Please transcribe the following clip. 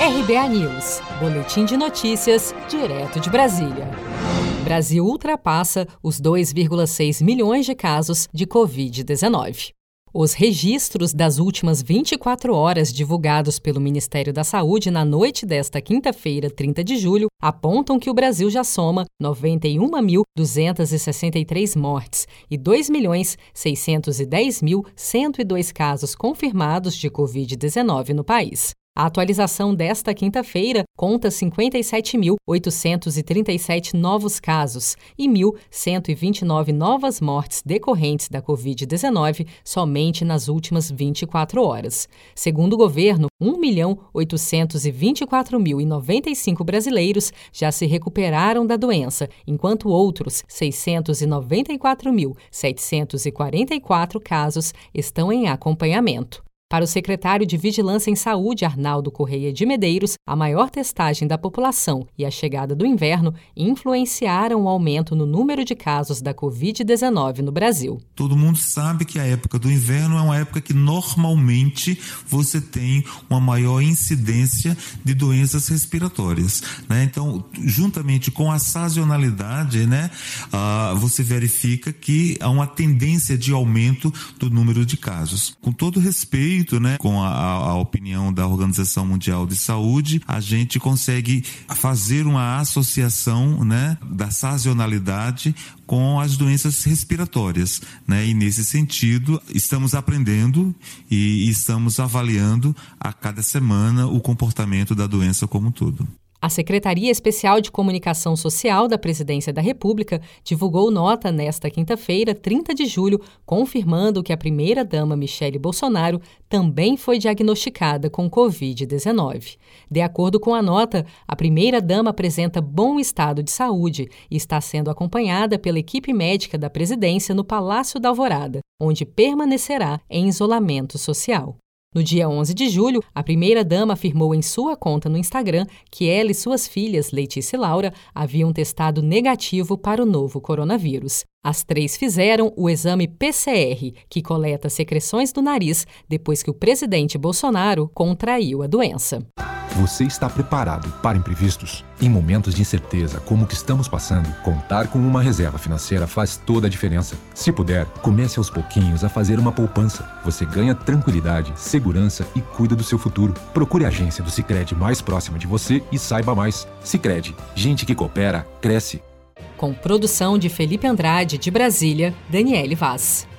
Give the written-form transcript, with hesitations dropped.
RBA News, boletim de notícias, direto de Brasília. Brasil ultrapassa os 2,6 milhões de casos de Covid-19. Os registros das últimas 24 horas divulgados pelo Ministério da Saúde na noite desta quinta-feira, 30 de julho, apontam que o Brasil já soma 91.263 mortes e 2.610.102 casos confirmados de Covid-19 no país. A atualização desta quinta-feira conta 57.837 novos casos e 1.129 novas mortes decorrentes da Covid-19 somente nas últimas 24 horas. Segundo o governo, 1.824.095 brasileiros já se recuperaram da doença, enquanto outros 694.744 casos estão em acompanhamento. Para o secretário de Vigilância em Saúde, Arnaldo Correia de Medeiros, a maior testagem da população e a chegada do inverno influenciaram o aumento no número de casos da Covid-19 no Brasil. Todo mundo sabe que a época do inverno é uma época que normalmente você tem uma maior incidência de doenças respiratórias, né? Então, juntamente com a sazonalidade, né, você verifica que há uma tendência de aumento do número de casos. Com todo respeito, né, com a opinião da Organização Mundial de Saúde, a gente consegue fazer uma associação, né, da sazonalidade com as doenças respiratórias, né? E nesse sentido, estamos aprendendo e estamos avaliando a cada semana o comportamento da doença como um todo. A Secretaria Especial de Comunicação Social da Presidência da República divulgou nota nesta quinta-feira, 30 de julho, confirmando que a primeira-dama Michele Bolsonaro também foi diagnosticada com Covid-19. De acordo com a nota, a primeira-dama apresenta bom estado de saúde e está sendo acompanhada pela equipe médica da presidência no Palácio da Alvorada, onde permanecerá em isolamento social. No dia 11 de julho, a primeira-dama afirmou em sua conta no Instagram que ela e suas filhas, Letícia e Laura, haviam testado negativo para o novo coronavírus. As três fizeram o exame PCR, que coleta secreções do nariz depois que o presidente Bolsonaro contraiu a doença. Você está preparado para imprevistos? Em momentos de incerteza como o que estamos passando, contar com uma reserva financeira faz toda a diferença. Se puder, comece aos pouquinhos a fazer uma poupança. Você ganha tranquilidade, segurança e cuida do seu futuro. Procure a agência do Sicredi mais próxima de você e saiba mais. Sicredi, gente que coopera, cresce. Com produção de Felipe Andrade, de Brasília, Daniele Vaz.